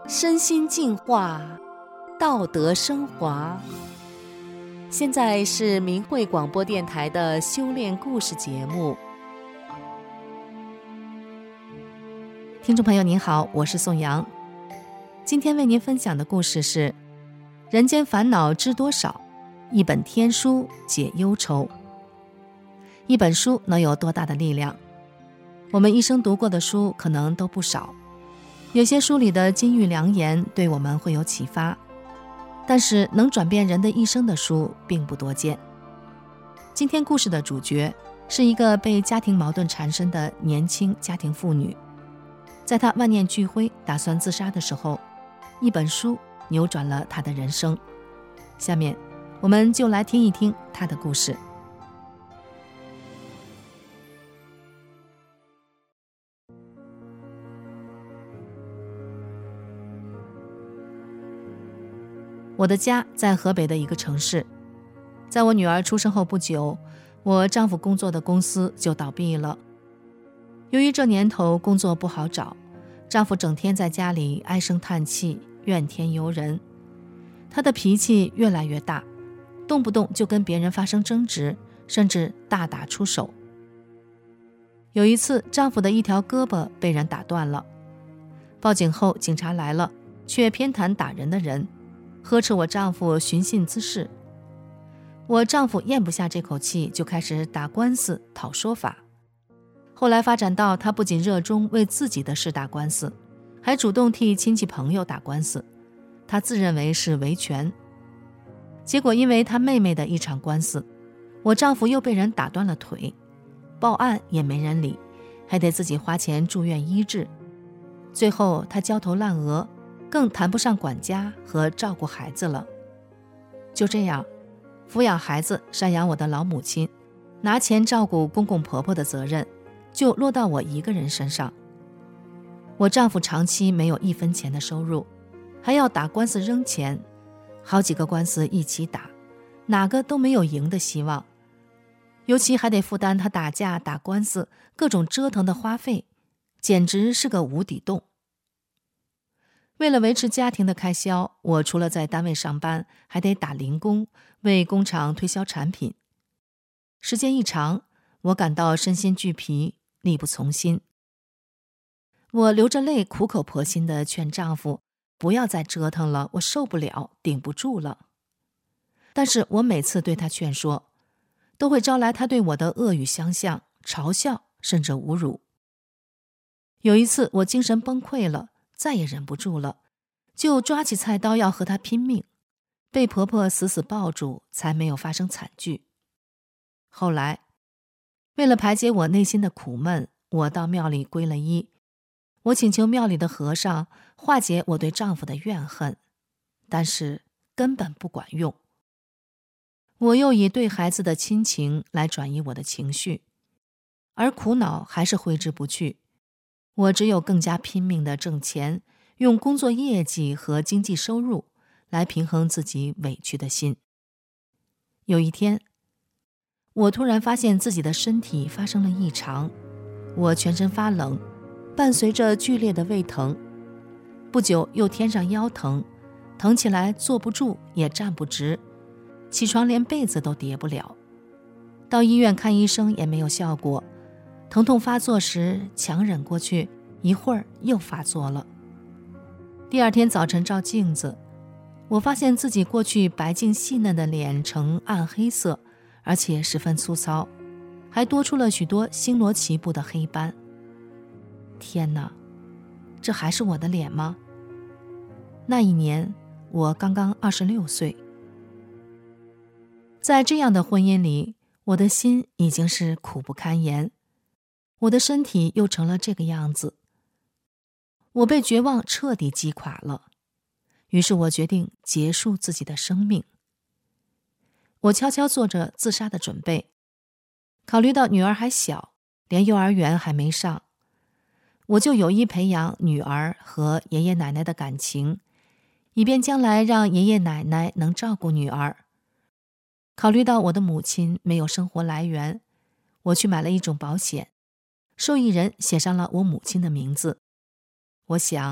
身心净化，道德升华。现在是明慧广播电台的修炼故事节目。听众朋友您好，我是宋阳。今天为您分享的故事是人间烦恼知多少，一本天书解忧愁。一本书能有多大的力量？我们一生读过的书可能都不少，有些书里的金玉良言对我们会有启发，但是能转变人的一生的书并不多见。今天故事的主角是一个被家庭矛盾缠身的年轻家庭妇女，在她万念俱灰打算自杀的时候，一本书扭转了她的人生。下面我们就来听一听她的故事。我的家在河北的一个城市，在我女儿出生后不久，我丈夫工作的公司就倒闭了。由于这年头工作不好找，丈夫整天在家里唉声叹气，怨天尤人。他的脾气越来越大，动不动就跟别人发生争执，甚至大打出手。有一次，丈夫的一条胳膊被人打断了，报警后警察来了，却偏袒打人的人，呵斥我丈夫寻衅滋事。我丈夫咽不下这口气，就开始打官司讨说法。后来发展到他不仅热衷为自己的事打官司，还主动替亲戚朋友打官司，他自认为是维权。结果因为他妹妹的一场官司，我丈夫又被人打断了腿，报案也没人理，还得自己花钱住院医治。最后他焦头烂额，更谈不上管家和照顾孩子了。就这样，抚养孩子、赡养我的老母亲，拿钱照顾公公婆婆的责任，就落到我一个人身上。我丈夫长期没有一分钱的收入，还要打官司扔钱，好几个官司一起打，哪个都没有赢的希望。尤其还得负担他打架、打官司各种折腾的花费，简直是个无底洞。为了维持家庭的开销，我除了在单位上班，还得打零工，为工厂推销产品。时间一长，我感到身心俱疲，力不从心。我流着泪苦口婆心地劝丈夫不要再折腾了，我受不了，顶不住了。但是我每次对他劝说，都会招来他对我的恶语相向、嘲笑甚至侮辱。有一次我精神崩溃了，再也忍不住了，就抓起菜刀要和他拼命，被婆婆死死抱住，才没有发生惨剧。后来为了排解我内心的苦闷，我到庙里皈了依，我请求庙里的和尚化解我对丈夫的怨恨，但是根本不管用。我又以对孩子的亲情来转移我的情绪，而苦恼还是挥之不去。我只有更加拼命地挣钱，用工作业绩和经济收入来平衡自己委屈的心。有一天，我突然发现自己的身体发生了异常，我全身发冷，伴随着剧烈的胃疼，不久又添上腰疼，疼起来坐不住也站不直，起床连被子都叠不了。到医院看医生也没有效果，疼痛发作时强忍过去，一会儿又发作了。第二天早晨照镜子，我发现自己过去白净细嫩的脸呈暗黑色，而且十分粗糙，还多出了许多星罗棋布的黑斑。天哪，这还是我的脸吗？那一年我刚刚26岁。在这样的婚姻里，我的心已经是苦不堪言，我的身体又成了这个样子。我被绝望彻底击垮了，于是我决定结束自己的生命。我悄悄做着自杀的准备，考虑到女儿还小，连幼儿园还没上，我就有意培养女儿和爷爷奶奶的感情，以便将来让爷爷奶奶能照顾女儿。考虑到我的母亲没有生活来源，我去买了一种保险，受益人写上了我母亲的名字。我想，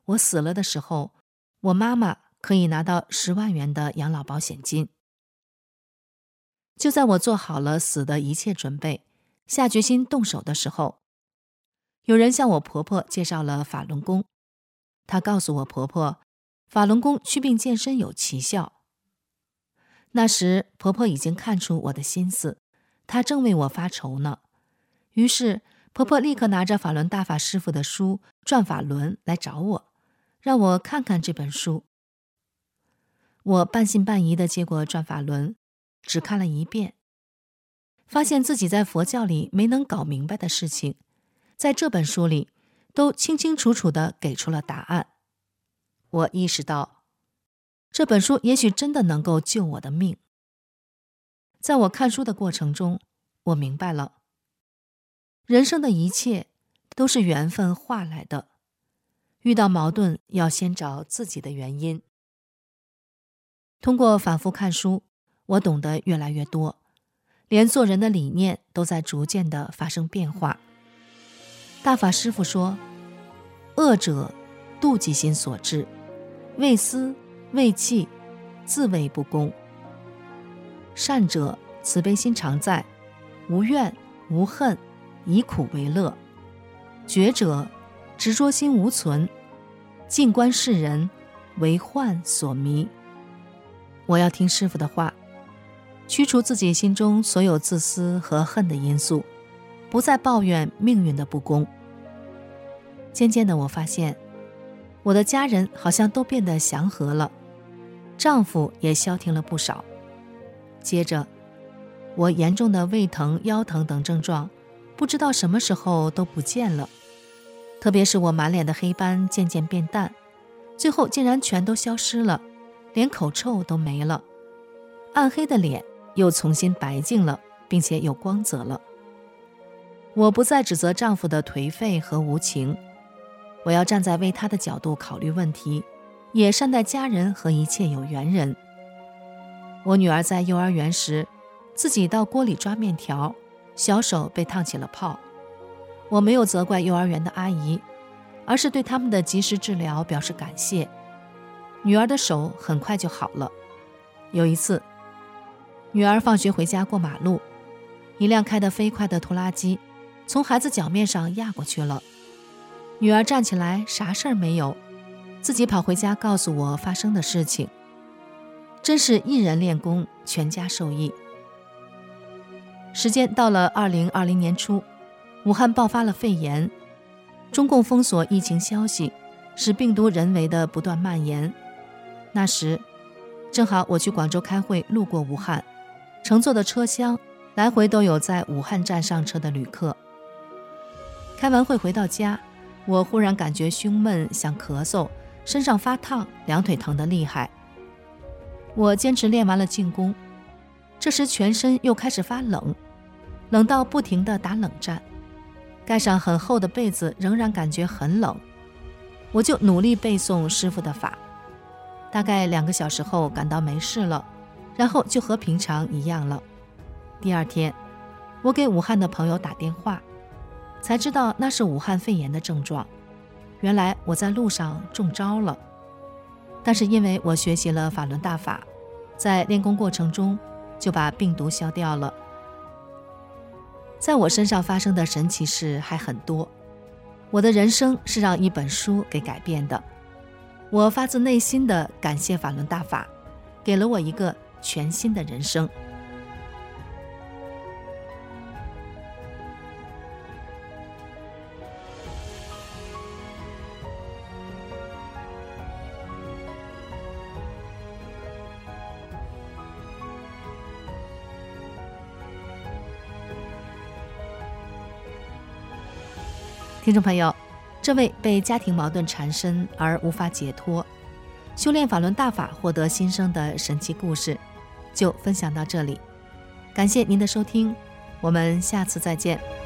我死了的时候，我妈妈可以拿到10万元的养老保险金。就在我做好了死的一切准备，下决心动手的时候，有人向我婆婆介绍了法轮功。她告诉我婆婆，法轮功祛病健身有奇效。那时婆婆已经看出我的心思，她正为我发愁呢。于是婆婆立刻拿着法轮大法师父的书《转法轮》来找我，让我看看这本书。我半信半疑地接过《转法轮》，只看了一遍，发现自己在佛教里没能搞明白的事情，在这本书里都清清楚楚地给出了答案。我意识到，这本书也许真的能够救我的命。在我看书的过程中，我明白了，人生的一切都是缘分化来的，遇到矛盾要先找自己的原因。通过反复看书，我懂得越来越多，连做人的理念都在逐渐地发生变化。大法师父说，恶者妒忌心所致，为私为气，自谓不公；善者慈悲心常在，无怨无恨，以苦为乐；觉者执着心无存，静观世人，为幻所迷。我要听师父的话，驱除自己心中所有自私和恨的因素，不再抱怨命运的不公。渐渐的，我发现我的家人好像都变得祥和了，丈夫也消停了不少。接着，我严重的胃疼、腰疼等症状不知道什么时候都不见了，特别是我满脸的黑斑渐渐变淡，最后竟然全都消失了，连口臭都没了，暗黑的脸又重新白净了，并且有光泽了。我不再指责丈夫的颓废和无情，我要站在为他的角度考虑问题，也善待家人和一切有缘人。我女儿在幼儿园时，自己到锅里抓面条，小手被烫起了泡。我没有责怪幼儿园的阿姨，而是对他们的及时治疗表示感谢。女儿的手很快就好了。有一次，女儿放学回家过马路，一辆开得飞快的拖拉机从孩子脚面上压过去了。女儿站起来啥事儿没有，自己跑回家告诉我发生的事情。真是一人练功，全家受益。时间到了2020年初，武汉爆发了肺炎，中共封锁疫情消息，使病毒人为的不断蔓延。那时正好我去广州开会，路过武汉，乘坐的车厢来回都有在武汉站上车的旅客。开完会回到家，我忽然感觉胸闷，想咳嗽，身上发烫，两腿疼得厉害。我坚持练完了静功，这时全身又开始发冷，冷到不停地打冷战，盖上很厚的被子仍然感觉很冷。我就努力背诵师父的法，大概2个小时后感到没事了，然后就和平常一样了。第二天，我给武汉的朋友打电话，才知道那是武汉肺炎的症状。原来我在路上中招了，但是因为我学习了法轮大法，在练功过程中就把病毒消掉了。在我身上发生的神奇事还很多，我的人生是让一本书给改变的。我发自内心的感谢法轮大法，给了我一个全新的人生。听众朋友，这位被家庭矛盾缠身而无法解脱，修炼法轮大法获得新生的神奇故事，就分享到这里。感谢您的收听，我们下次再见。